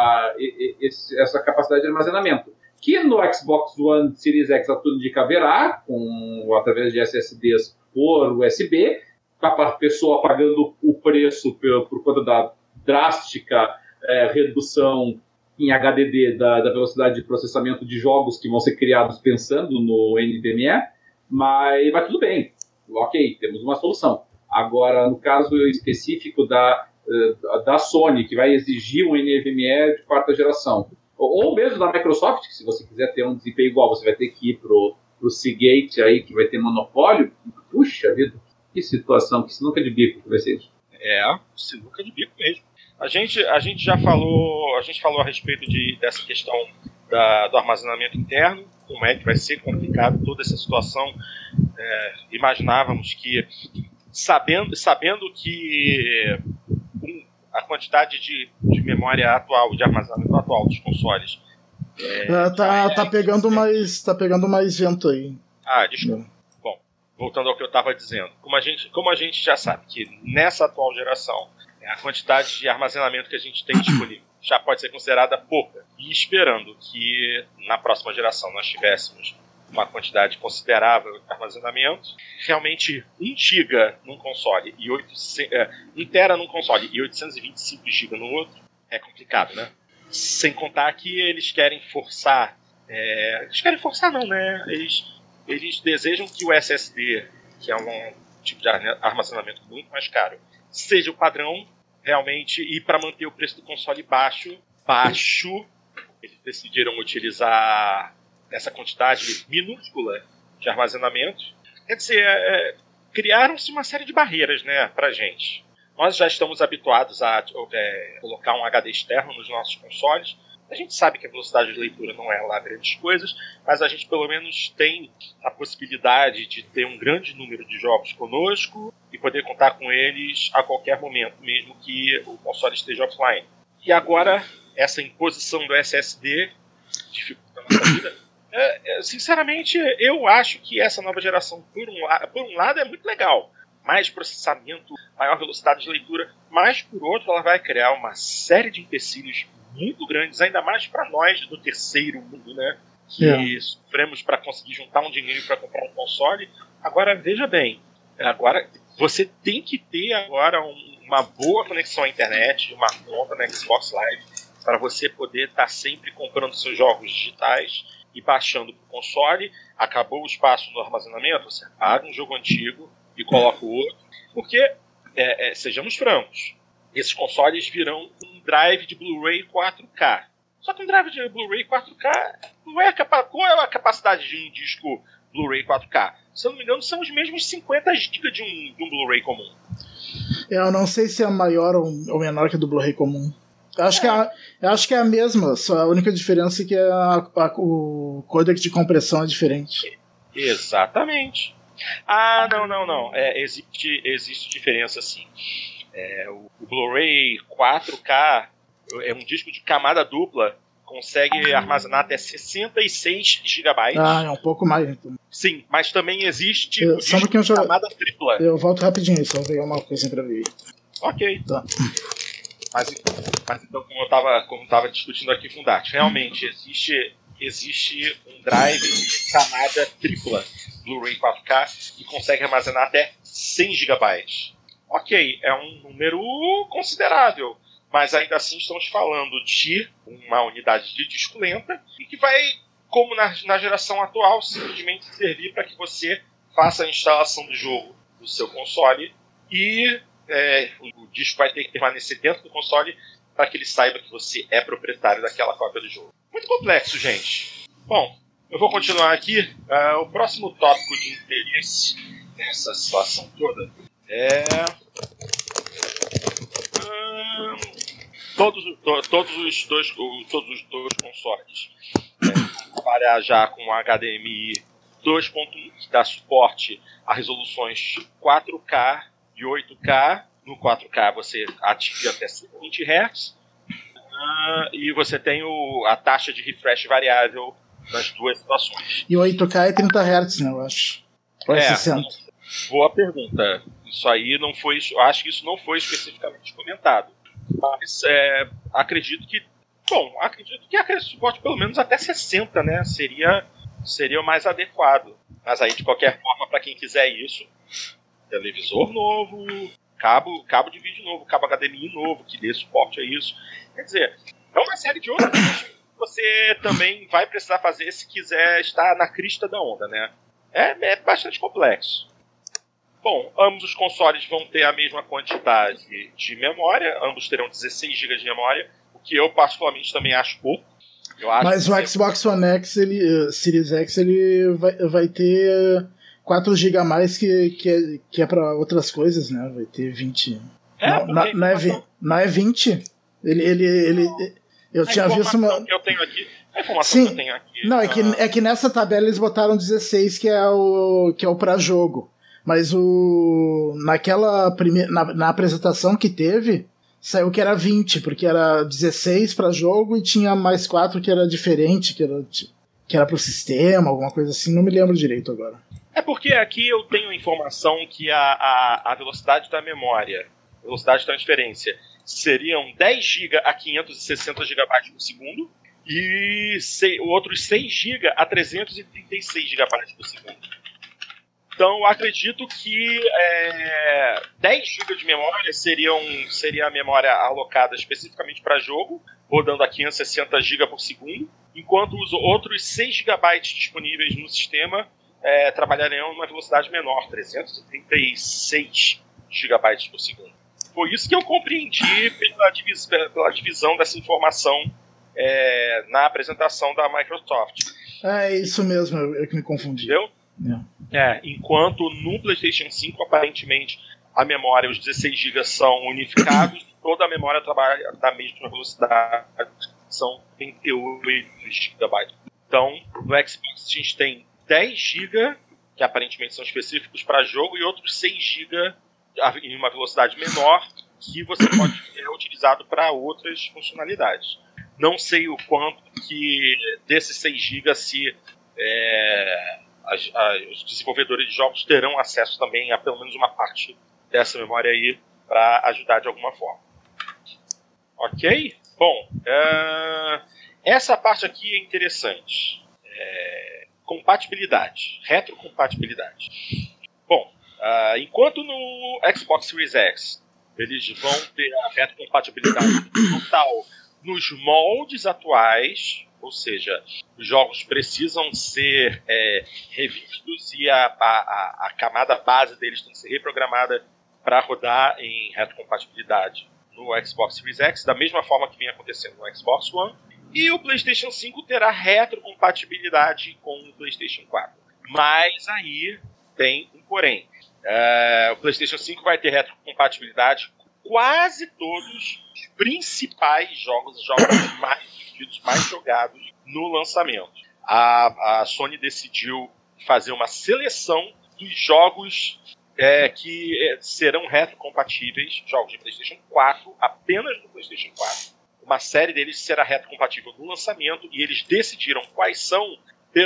essa capacidade de armazenamento. Que no Xbox One Series X a tudo indica haverá, através de SSDs por USB, a pessoa pagando o preço por conta da drástica redução em HDD da velocidade de processamento de jogos que vão ser criados pensando no NVMe, mas tudo bem, ok, temos uma solução. Agora, no caso específico da Sony, que vai exigir um NVMe de 4ª geração, ou mesmo da Microsoft, que se você quiser ter um desempenho igual, você vai ter que ir pro Seagate aí, que vai ter monopólio. Puxa vida, que situação, que sinuca de bico que vai ser isso. Sinuca de bico mesmo. A gente já falou, a respeito dessa questão do armazenamento interno, como é que vai ser complicado toda essa situação. Imaginávamos que, sabendo que a quantidade de memória atual, de armazenamento atual dos consoles... Tá pegando mais vento aí. Desculpa. Bom, voltando ao que eu estava dizendo. Como a gente já sabe que nessa atual geração a quantidade de armazenamento que a gente tem disponível já pode ser considerada pouca. E esperando que na próxima geração nós tivéssemos uma quantidade considerável de armazenamento, realmente 1 GB num console e 1 tera num console e 825 GB no outro é complicado, né? Sem contar que eles querem forçar... eles querem forçar não, né? Eles desejam que o SSD, que é um tipo de armazenamento muito mais caro, seja o padrão realmente, e para manter o preço do console baixo, eles decidiram utilizar essa quantidade minúscula de armazenamento. Quer dizer, criaram-se uma série de barreiras, né, para a gente. Nós já estamos habituados a colocar um HD externo nos nossos consoles. A gente sabe que a velocidade de leitura não é lá grandes coisas, mas a gente pelo menos tem a possibilidade de ter um grande número de jogos conosco e poder contar com eles a qualquer momento, mesmo que o console esteja offline. E agora, essa imposição do SSD dificulta a nossa vida. Sinceramente, eu acho que essa nova geração, por um lado, é muito legal. Mais processamento, maior velocidade de leitura, mas por outro ela vai criar uma série de empecilhos muito grandes, ainda mais para nós do terceiro mundo, né? Que sofremos para conseguir juntar um dinheiro para comprar um console. Agora, veja bem, agora você tem que ter agora uma boa conexão à internet, uma conta na Xbox Live, para você poder estar sempre comprando seus jogos digitais e baixando para o console. Acabou o espaço no armazenamento, você apaga um jogo antigo e coloca o outro, porque, sejamos francos, esses consoles virão um drive de Blu-ray 4K. Só que um drive de Blu-ray 4K qual é a capacidade de um disco Blu-ray 4K? Se eu não me engano, são os mesmos 50 GB de um Blu-ray comum. Eu não sei se é maior ou menor que a do Blu-ray comum. Eu acho que é a mesma, só a única diferença é que o códec de compressão é diferente. Exatamente. Não. Existe diferença sim. O Blu-ray 4K é um disco de camada dupla, consegue armazenar até 66 GB. É um pouco mais. Então. Sim, mas também existe o disco de camada tripla. Eu volto rapidinho, só vou pegar uma coisa pra ver. Ok. Tá. Mas então, como eu estava discutindo aqui com o Dart, realmente existe um drive de camada tripla Blu-ray 4K que consegue armazenar até 100 GB. Ok, é um número considerável, mas ainda assim estamos falando de uma unidade de disco lenta e que vai, como na geração atual, simplesmente servir para que você faça a instalação do jogo no seu console e o disco vai ter que permanecer dentro do console para que ele saiba que você é proprietário daquela cópia do jogo. Muito complexo, gente. Bom, eu vou continuar aqui. O próximo tópico de interesse nessa situação toda todos os dois consoles trabalhar já com HDMI 2.1, que dá suporte a resoluções 4K e 8K. No 4K você atinge até 120 Hz e você tem a taxa de refresh variável nas duas situações. E 8K é 30 Hz, né, eu acho. Ou é 60? Boa pergunta. Isso aí não foi. Eu acho que isso não foi especificamente comentado. Mas acredito que aquele suporte pelo menos até 60, né? Seria o mais adequado. Mas aí, de qualquer forma, para quem quiser isso, televisor novo, cabo de vídeo novo, cabo HDMI novo, que dê suporte a isso. Quer dizer, é uma série de outras coisas que você também vai precisar fazer se quiser estar na crista da onda, né? É bastante complexo. Bom, ambos os consoles vão ter a mesma quantidade de memória, ambos terão 16 GB de memória, o que eu particularmente também acho pouco. Mas o Xbox One X, Series X, ele vai ter 4 GB a mais que é para outras coisas, né? Vai ter 20. Não é 20? Eu tinha visto uma. Que eu tenho aqui, a informação que eu tenho aqui. Não, é que nessa tabela eles botaram 16, que é o pra jogo. Mas na apresentação que teve, saiu que era 20, porque era 16 para jogo e tinha mais 4 que era diferente, que era pro sistema, alguma coisa assim, não me lembro direito agora. É porque aqui eu tenho informação que a velocidade da memória, velocidade de transferência, seriam 10 GB a 560 GB por segundo e outros 6 GB a 336 GB por segundo. Então, eu acredito que 10 GB de memória seria a memória alocada especificamente para jogo, rodando a 560 GB por segundo, enquanto os outros 6 GB disponíveis no sistema trabalhariam numa velocidade menor, 336 GB por segundo. Foi isso que eu compreendi pela divisão dessa informação na apresentação da Microsoft. É isso mesmo, eu que me confundi. Entendeu? Enquanto no PlayStation 5, aparentemente, a memória, os 16 GB são unificados, toda a memória trabalha da mesma velocidade, são 38 GB. Então, no Xbox a gente tem 10 GB, que aparentemente são específicos para jogo, e outros 6 GB em uma velocidade menor, que você pode ter utilizado para outras funcionalidades. Não sei o quanto que desses 6 GB se os desenvolvedores de jogos terão acesso também a pelo menos uma parte dessa memória aí para ajudar de alguma forma. Ok? Bom, essa parte aqui é interessante. Compatibilidade, retrocompatibilidade. Bom, enquanto no Xbox Series X eles vão ter a retrocompatibilidade total nos moldes atuais, ou seja, os jogos precisam ser revistos e a camada base deles tem que ser reprogramada para rodar em retrocompatibilidade no Xbox Series X, da mesma forma que vem acontecendo no Xbox One. E o PlayStation 5 terá retrocompatibilidade com o PlayStation 4. Mas aí tem um porém. O PlayStation 5 vai ter retrocompatibilidade com quase todos os principais jogos, os jogos mais vendidos, mais jogados no lançamento. A Sony decidiu fazer uma seleção dos jogos que serão retrocompatíveis, jogos de PlayStation 4, apenas no PlayStation 4. Uma série deles será retrocompatível no lançamento e eles decidiram quais são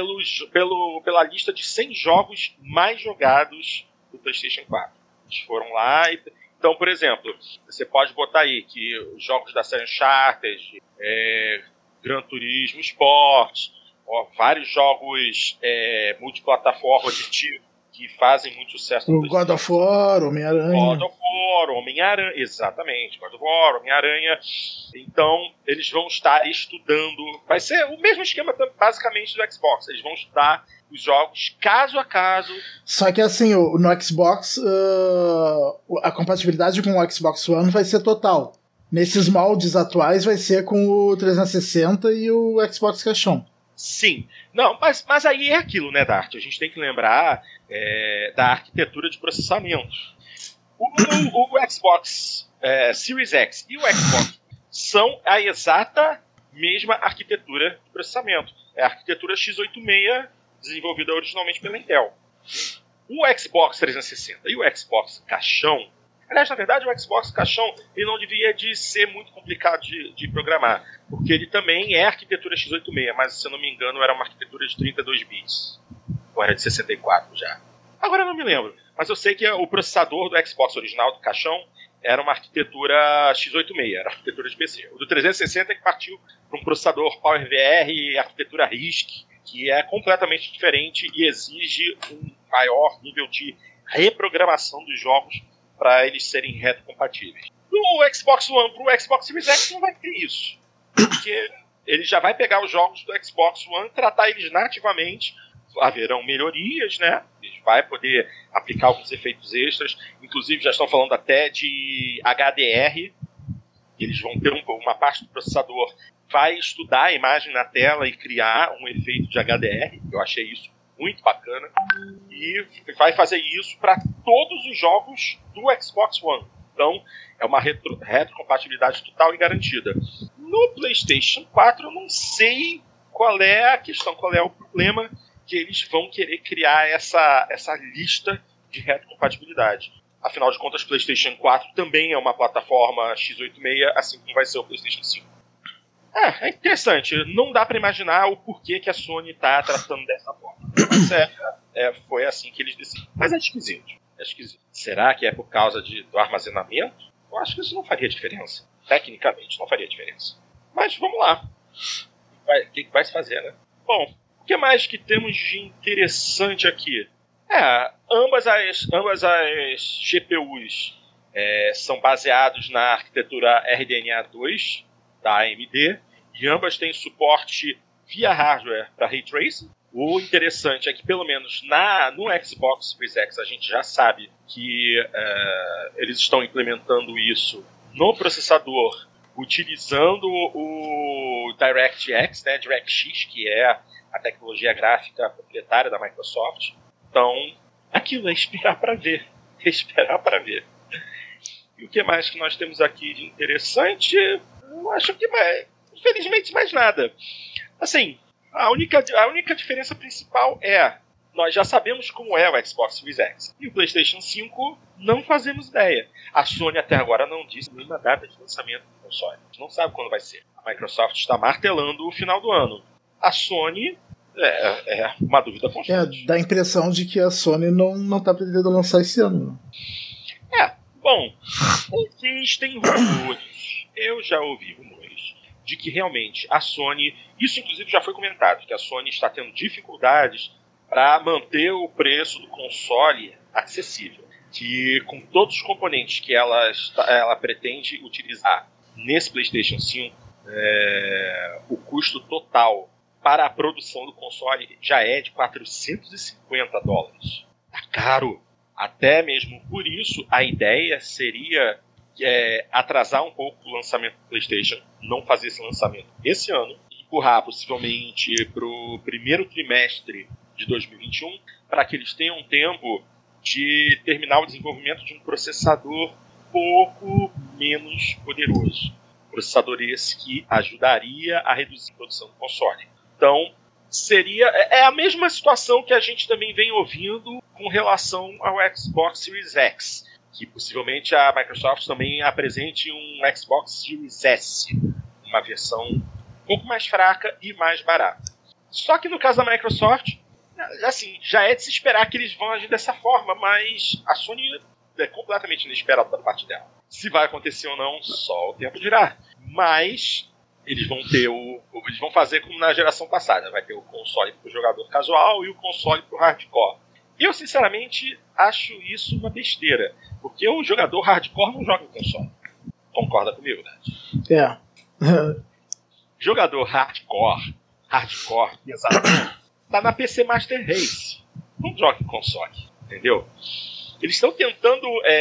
pela lista de 100 jogos mais jogados do PlayStation 4. Eles foram lá e... Então, por exemplo, você pode botar aí que os jogos da série Uncharted, Gran Turismo Sport, vários jogos multiplataforma de tiro que fazem muito sucesso no God of War, Homem-Aranha, exatamente, God of War, Homem-Aranha. Então, eles vão estar estudando, vai ser o mesmo esquema basicamente do Xbox, eles vão estudar os jogos caso a caso. Só que assim, no Xbox, a compatibilidade com o Xbox One vai ser total. Nesses moldes atuais vai ser com o 360 e o Xbox Caixão. Sim. Não, mas aí é aquilo, né, Dart? A gente tem que lembrar da arquitetura de processamento. O Xbox Series X e o Xbox são a exata mesma arquitetura de processamento. É a arquitetura x86 desenvolvida originalmente pela Intel. O Xbox 360 e o Xbox Caixão, aliás, na verdade, o Xbox Caixão ele não devia de ser muito complicado de programar, porque ele também é arquitetura x86, mas, se eu não me engano, era uma arquitetura de 32 bits. Ou era de 64 já. Agora eu não me lembro. Mas eu sei que o processador do Xbox original, do caixão, era uma arquitetura x86, era arquitetura de PC. O do 360 que partiu para um processador PowerVR e arquitetura RISC, que é completamente diferente e exige um maior nível de reprogramação dos jogos para eles serem retrocompatíveis. No Xbox One para o Xbox Series X não vai ter isso, porque ele já vai pegar os jogos do Xbox One, tratar eles nativamente, haverão melhorias, né? Ele vai poder aplicar alguns efeitos extras, inclusive já estão falando até de HDR. Eles vão ter uma parte do processador vai estudar a imagem na tela e criar um efeito de HDR. Eu achei isso muito bacana. E vai fazer isso para todos os jogos do Xbox One. Então, é uma retrocompatibilidade total e garantida. No PlayStation 4, eu não sei qual é a questão, qual é o problema que eles vão querer criar essa lista de retrocompatibilidade. Afinal de contas, o PlayStation 4 também é uma plataforma x86, assim como vai ser o PlayStation 5. É interessante. Não dá para imaginar o porquê que a Sony está tratando dessa forma. Foi assim que eles decidiram. Mas é esquisito. Será que é por causa do armazenamento? Eu acho que isso não faria diferença. Tecnicamente, não faria diferença. Mas vamos lá. O que vai se fazer, né? Bom, o que mais que temos de interessante aqui? Ambas as GPUs são baseadas na arquitetura RDNA 2 da AMD e ambas têm suporte via hardware para Ray Tracing. O interessante é que, pelo menos no Xbox Series X, a gente já sabe que eles estão implementando isso no processador, utilizando o DirectX, né, DirectX, que é a tecnologia gráfica proprietária da Microsoft. Então, aquilo é esperar para ver. E o que mais que nós temos aqui de interessante? Eu acho que, infelizmente, mais nada. Assim, a única diferença principal nós já sabemos como é o Xbox Series X. E o PlayStation 5 não fazemos ideia. A Sony até agora não disse nenhuma data de lançamento do console. A gente não sabe quando vai ser. A Microsoft está martelando o final do ano. A Sony é uma dúvida constante. Dá a impressão de que a Sony não está pretendendo lançar esse ano. Bom, existem rumores. Eu já ouvi rumores de que realmente a Sony, isso inclusive já foi comentado, que a Sony está tendo dificuldades para manter o preço do console acessível. Que com todos os componentes que ela pretende utilizar nesse PlayStation 5, o custo total para a produção do console já é de $450. Tá caro. Até mesmo por isso, a ideia seria atrasar um pouco o lançamento do PlayStation, não fazer esse lançamento esse ano, e empurrar possivelmente para o primeiro trimestre de 2021, para que eles tenham tempo de terminar o desenvolvimento de um processador pouco menos poderoso. Processador esse que ajudaria a reduzir a produção do console. Então, seria a mesma situação que a gente também vem ouvindo com relação ao Xbox Series X, que possivelmente a Microsoft também apresente um Xbox Series S, uma versão um pouco mais fraca e mais barata. Só que no caso da Microsoft, assim, já é de se esperar que eles vão agir dessa forma, mas a Sony é completamente inesperada da parte dela. Se vai acontecer ou não, só o tempo dirá. Mas eles vão fazer como na geração passada. Vai ter o console para o jogador casual e o console para o hardcore. Eu, sinceramente, acho isso uma besteira. Porque o jogador hardcore não joga no console. Concorda comigo, né? Jogador hardcore, pesadão, tá na PC Master Race. Não joga em console, entendeu? Eles estão tentando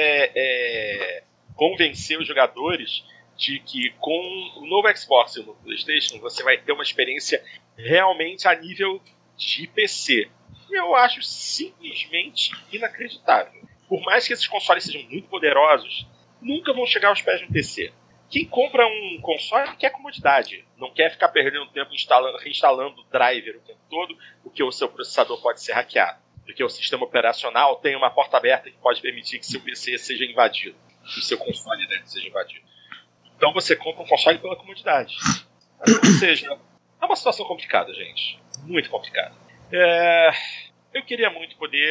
convencer os jogadores de que com o novo Xbox e o novo PlayStation você vai ter uma experiência realmente a nível de PC. Eu acho simplesmente inacreditável. Por mais que esses consoles sejam muito poderosos, nunca vão chegar aos pés de um PC. Quem compra um console quer comodidade, não quer ficar perdendo tempo reinstalando o driver o tempo todo, porque o seu processador pode ser hackeado. Porque o sistema operacional tem uma porta aberta que pode permitir que seu PC seja invadido, que o seu console seja invadido. Então você compra um console pela comodidade. Ou seja, é uma situação complicada, gente. Muito complicada. Eu queria muito poder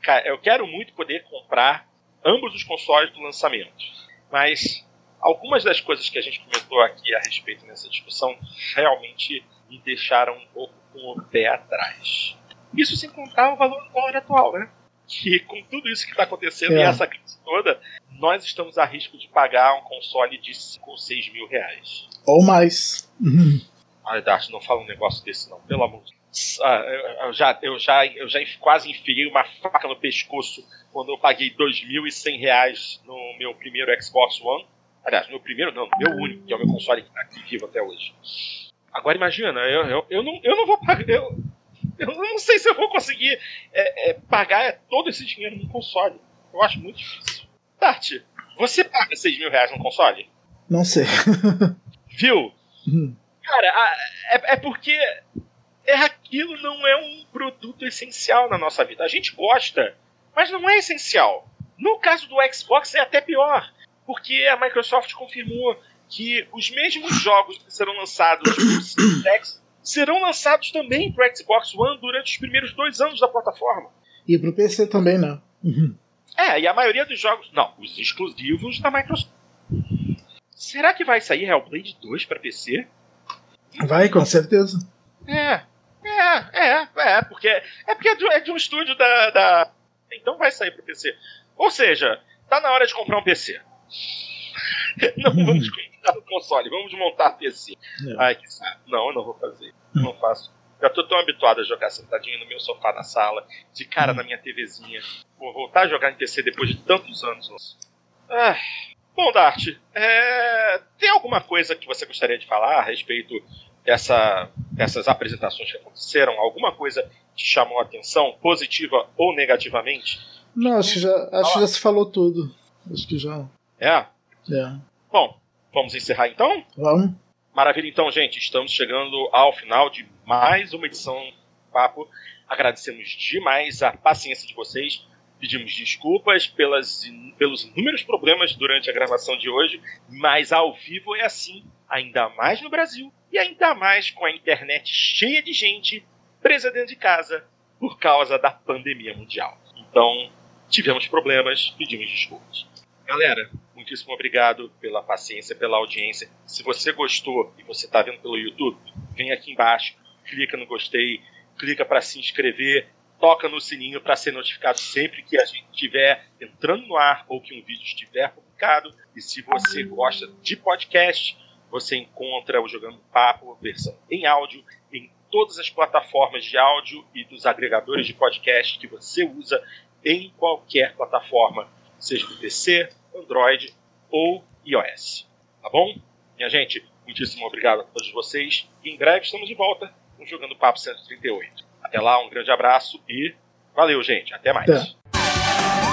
eu quero muito poder comprar ambos os consoles do lançamento. Mas algumas das coisas que a gente comentou aqui a respeito nessa discussão realmente me deixaram um pouco com o pé atrás. Isso sem contar o valor do dólar atual, né? Que com tudo isso que está acontecendo e essa crise toda, nós estamos a risco de pagar um console de 5 ou 6 mil reais. Ou mais. Ai, Dart, não fala um negócio desse não, pelo amor de Deus. Eu já quase enfiei uma faca no pescoço quando eu paguei R$2.100 no meu primeiro Xbox One. Aliás, meu primeiro não, no meu único, que é o meu console que está aqui vivo até hoje. Agora imagina, eu não vou pagar... Eu não sei se eu vou conseguir pagar todo esse dinheiro num console. Eu acho muito difícil. Dart, você paga 6 mil reais num console? Não sei. Viu? Cara, é porque aquilo não é um produto essencial na nossa vida. A gente gosta, mas não é essencial. No caso do Xbox é até pior, porque a Microsoft confirmou que os mesmos jogos que serão lançados no Series X serão lançados também para o Xbox One durante os primeiros 2 anos da plataforma. E para o PC também, né? E a maioria dos jogos... Não, os exclusivos da Microsoft. Será que vai sair Hellblade 2 para PC? Vai, com certeza. Porque é de um estúdio da... Então vai sair para PC. Ou seja, tá na hora de comprar um PC. Não vamos comprar um console, vamos montar PC. Ai, que saco. Não, eu não vou fazer. Não faço. Já tô tão habituado a jogar sentadinho no meu sofá na sala, de cara na minha TVzinha. Vou voltar a jogar em PC depois de tantos anos. Bom, Dart, tem alguma coisa que você gostaria de falar a respeito dessas apresentações que aconteceram? Alguma coisa te chamou a atenção, positiva ou negativamente? Não, acho que já se falou tudo. Acho que já. Bom, vamos encerrar então? Vamos. Maravilha, então, gente. Estamos chegando ao final de mais uma edição do Papo. Agradecemos demais a paciência de vocês. Pedimos desculpas pelos inúmeros problemas durante a gravação de hoje, mas ao vivo é assim, ainda mais no Brasil e ainda mais com a internet cheia de gente presa dentro de casa por causa da pandemia mundial. Então, tivemos problemas, pedimos desculpas. Galera, muitíssimo obrigado pela paciência, pela audiência. Se você gostou e você está vendo pelo YouTube, vem aqui embaixo, clica no gostei, clica para se inscrever, toca no sininho para ser notificado sempre que a gente estiver entrando no ar ou que um vídeo estiver publicado. E se você gosta de podcast, você encontra o Jogando Papo, versão em áudio, em todas as plataformas de áudio e dos agregadores de podcast que você usa em qualquer plataforma, seja do PC, Android ou iOS. Tá bom? Minha gente, muitíssimo obrigado a todos vocês. E em breve estamos de volta com Jogando Papo 138. Até lá, um grande abraço e valeu, gente. Até mais.